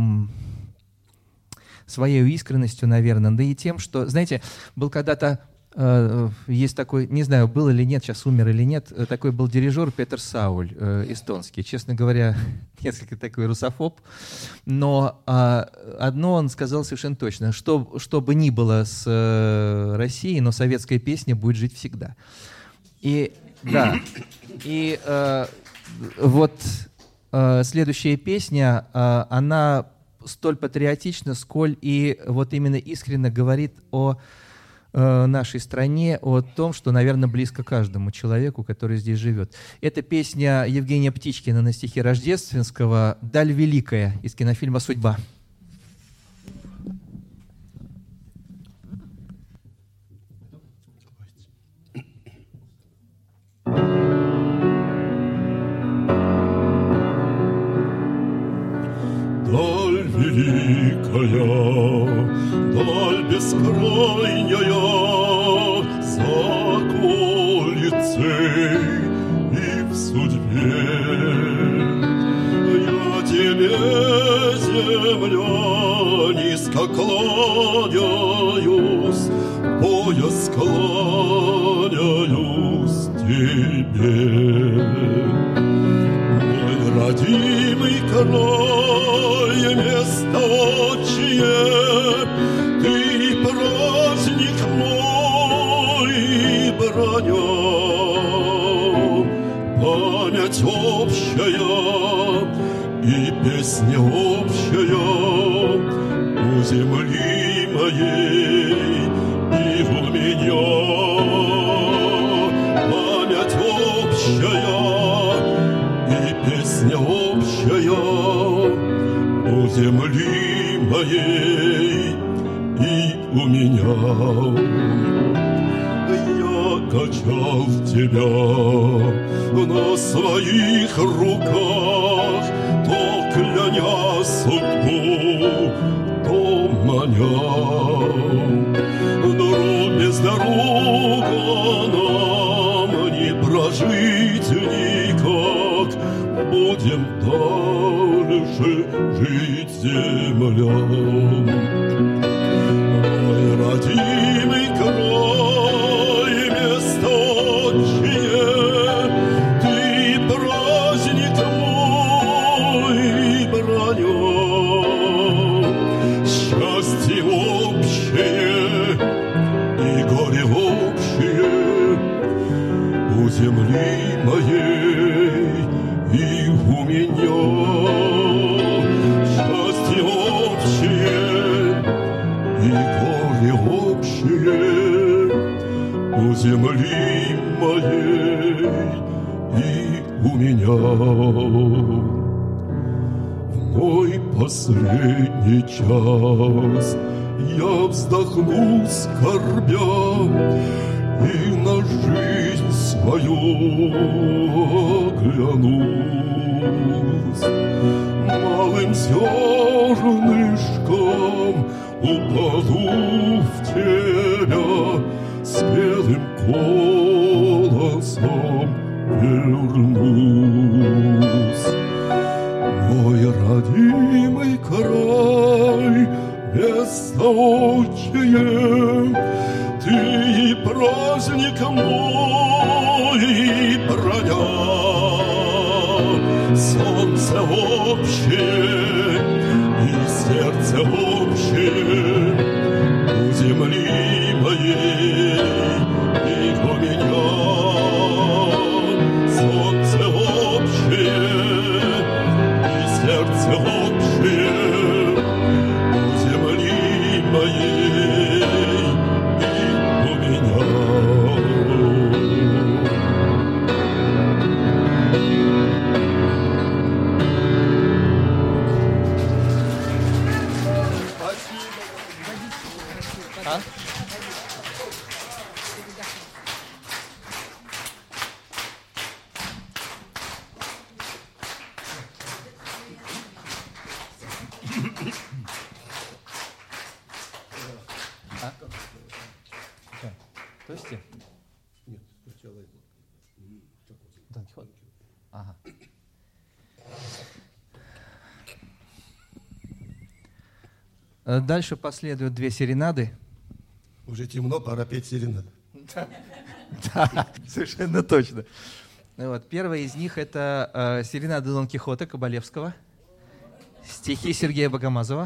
своей искренностью, наверное, да и тем, что, знаете, был когда-то, есть такой, не знаю, был или нет, сейчас умер или нет, такой был дирижер Петер Сауль, эстонский, честно говоря, несколько такой русофоб, но одно он сказал совершенно точно, что бы ни было с Россией, но советская песня будет жить всегда. И да, и вот следующая песня, она столь патриотична, сколь и вот именно искренне говорит о нашей стране, о том, что, наверное, близко каждому человеку, который здесь живет. Это песня Евгения Птичкина на стихи Рождественского «Даль великая» из кинофильма «Судьба». Даль великая, даль бескрайняя, за околицей и в судьбе. Я тебе, земля, низко кланяюсь, пояс кланяюсь тебе. Мой родимый край, место отчие, ты праздник мой, броня, память общая, и песня общая у земли моей и у меня. Память общая и песня общая у земли моей и у меня. Я качал тебя на своих руках, то кляня судьбу, то маня. Но без дорога нам не прожить никак, будем дальше жить землям. Мой родимый край, место отчие, ты праздник мой броня. Счастье общее и горе общее у земли моей и у меня. Счастье общее и горе общее у земли моей и у меня. В мой последний час я вздохну, скорбя, и на жизнь свою оглянусь. Малым зернышком упаду в тебя, с белым голосом вернусь. Мой родимый край, место отчие, ты и праздник мой, и броня. Солнце общее и сердце общее у земли моей и у меня. Солнце общее и сердце общее у земли моей и у меня. Тости? Нет, сначала это. Дон Кихот. Ага. Дальше последуют две серенады. Уже темно, пора петь серенад. Да, совершенно точно. Вот. Первая из них — это серенада Дон Кихота Кабалевского, стихи Сергея Богомазова.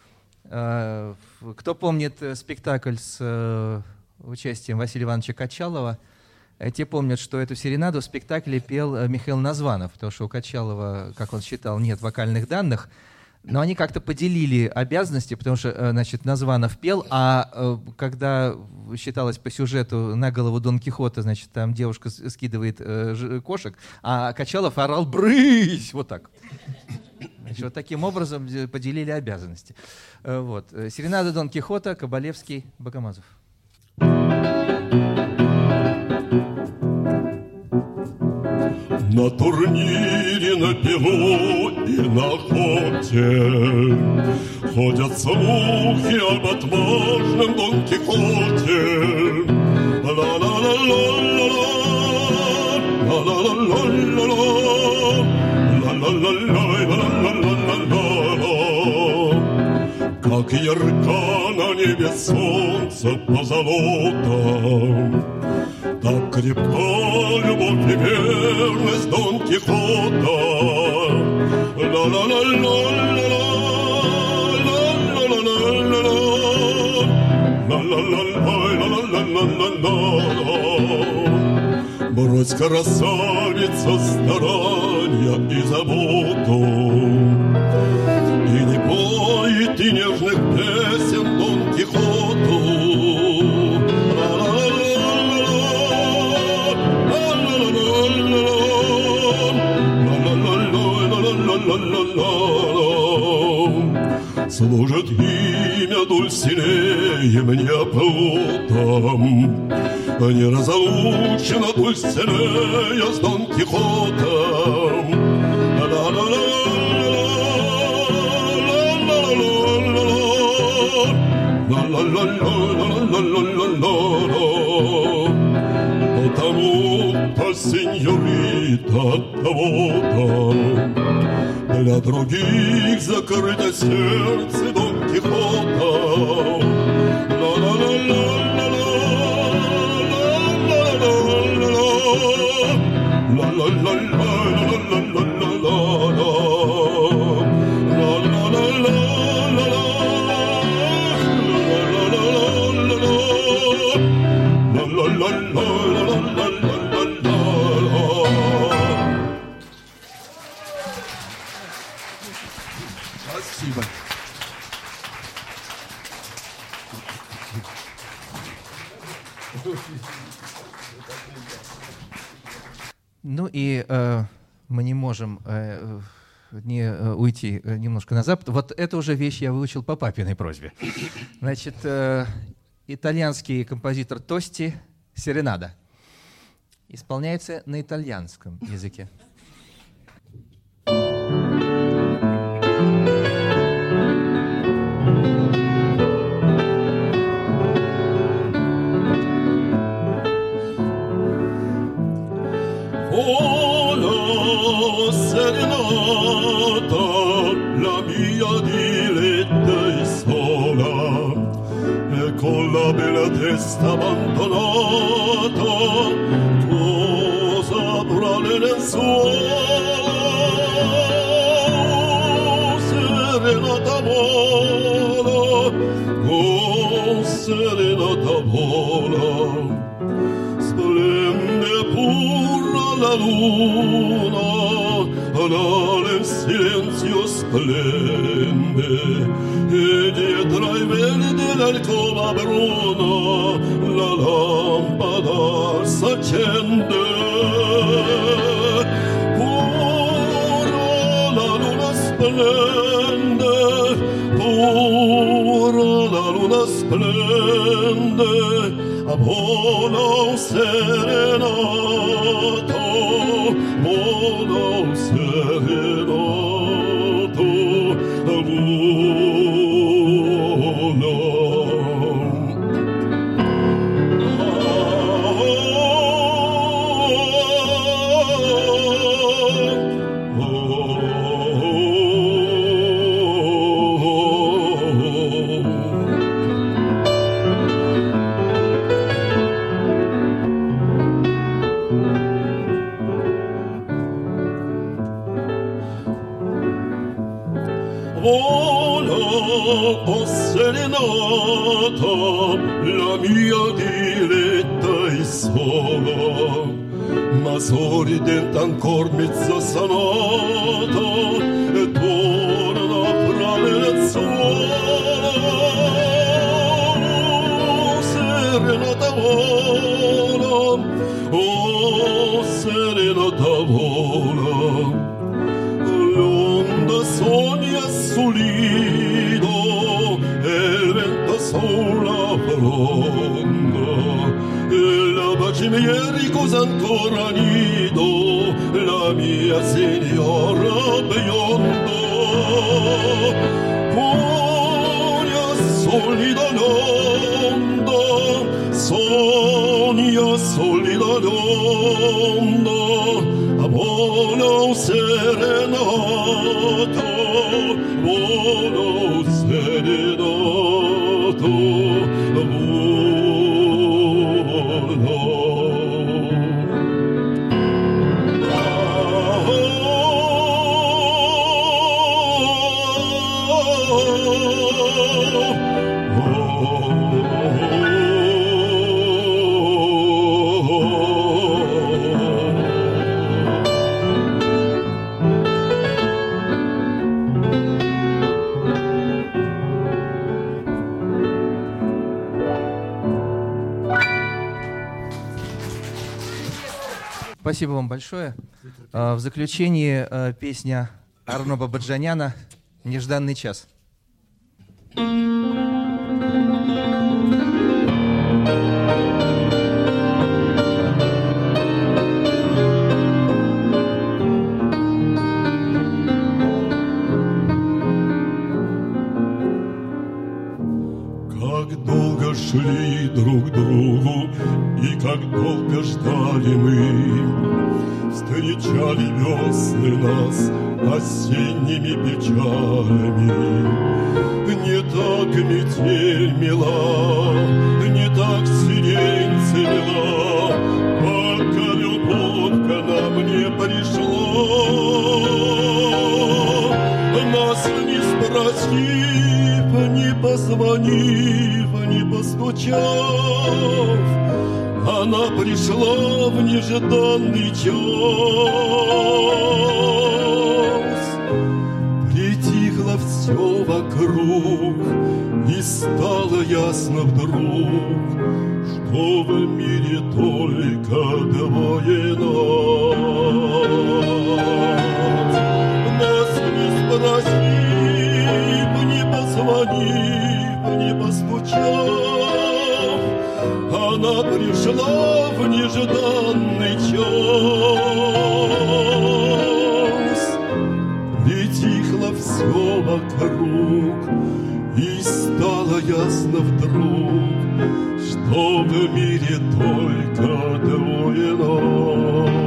Кто помнит спектакль с участием Василия Ивановича Качалова, те помнят, что эту серенаду в спектакле пел Михаил Названов, потому что у Качалова, как он считал, нет вокальных данных. Но они как-то поделили обязанности, потому что, значит, Названов пел, а когда считалось по сюжету на голову Дон Кихота, значит, там девушка скидывает кошек, а Качалов орал «брысь!» Вот так. Значит, вот таким образом поделили обязанности. Вот. Серенада Дон Кихота, Кабалевский, Богомазов. На турнире, на Белу и на охоте ходят слухи об отважном Дон Кихоте. Как ярко на небе солнце позолота, так крепка любовь и верность Дон Кихота. Брось, красавица, старания и заботу, и нежных песен Дон Кихоту. Служит имя Дульсинея мне плутом, не разлучена Дульсинея с Дон Кихотом. Потому-то, сеньорита, того-то для других закрыто сердце Дон Кихота. Спасибо. Ну и мы не можем не уйти немножко на запад. Вот эту уже вещь я выучил по папиной просьбе. Значит, итальянский композитор Тости «Серенада» исполняется на итальянском языке. Serenata, la mia diletta e sola, e con la bella testa abbandonata, cosa avrà le lenzuola? Serenata vola, oh serenata vola, splende pura la luna, nel silenzio splende e dietro ai veli dell'alcova bruna la lampada s'accende. Pura la luna splende, pura la luna splende, vola serenato, vola serenato, serenata, la mia diletta e sola, ma sorridente ancor mezza sanata, e torna fra le lenzuola. Serenata vola, oh serenata vola, l'onda sogna sull'ido, il vento sulla fronda, e la baci miei cosa ancora nido, la mia signora bionda. Sogna solida l'onda, sogna solida l'onda, a volo serenato, volo serenato, volo. Спасибо вам большое. В заключение песня Арно Бабаджаняна «Нежданный час». Как долго шли друг к другу, и как долго ждали мы, встречали весны нас осенними печалями. Не так метель мила, не так сирень цвела, пока любовь к нам не пришла. Нас не спросив, не позвонив, не постучав, она пришла в нежданный час. Притихло все вокруг, и стало ясно вдруг, что в мире только двое нас. Нас не спросив, не позвонив, не постучав, она пришла в нежданный час. Притихло все вокруг, и стало ясно вдруг, что в мире только двое нас.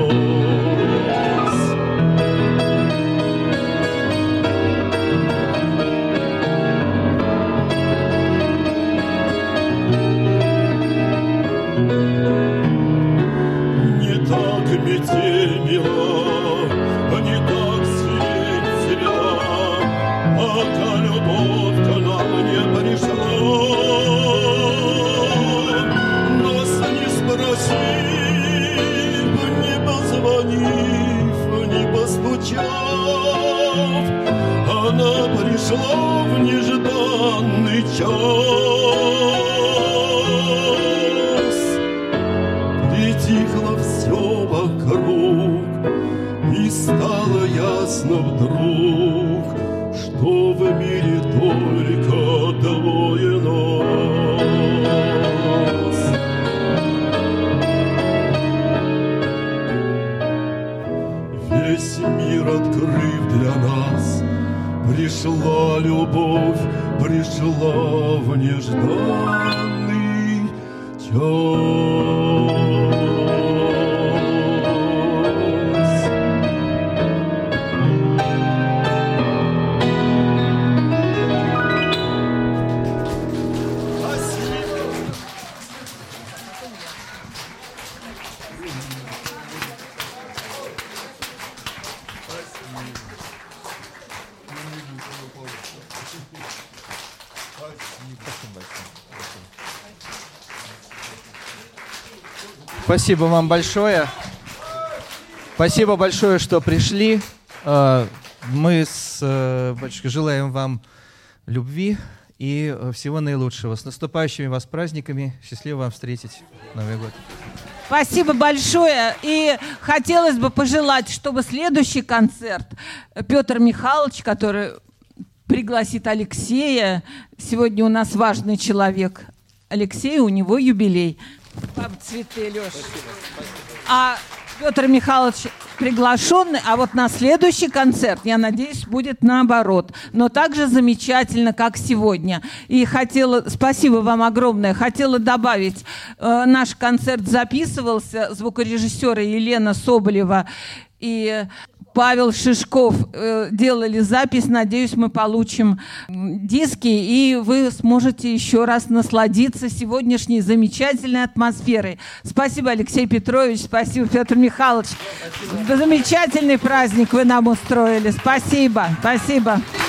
Метель мила, не так сирень цвела, пока любовь к нам не пришла. Нас не спросив, не позвонив, не постучав, она пришла в нежданный час. Притихло все вокруг, и стало ясно вдруг, что в мире только двое нас. Весь мир открыв для нас, пришла любовь, пришла в нежданный час. Спасибо вам большое. Спасибо большое, что пришли. Мы с батюшкой желаем вам любви и всего наилучшего. С наступающими вас праздниками. Счастливо вам встретить Новый год. Спасибо большое. И хотелось бы пожелать, чтобы следующий концерт Петр Михайлович, который пригласит Алексея. Сегодня у нас важный человек. Алексей, у него юбилей. Папа, цветы, Леша. А Петр Михайлович приглашенный, а вот на следующий концерт, я надеюсь, будет наоборот. Но так же замечательно, как сегодня. И спасибо вам огромное, хотела добавить, наш концерт записывался, звукорежиссеры Елена Соболева и Павел Шишков делали запись. Надеюсь, мы получим диски, и вы сможете еще раз насладиться сегодняшней замечательной атмосферой. Спасибо, Алексей Петрович, спасибо, Петр Михайлович. Спасибо. Замечательный праздник вы нам устроили. Спасибо, спасибо.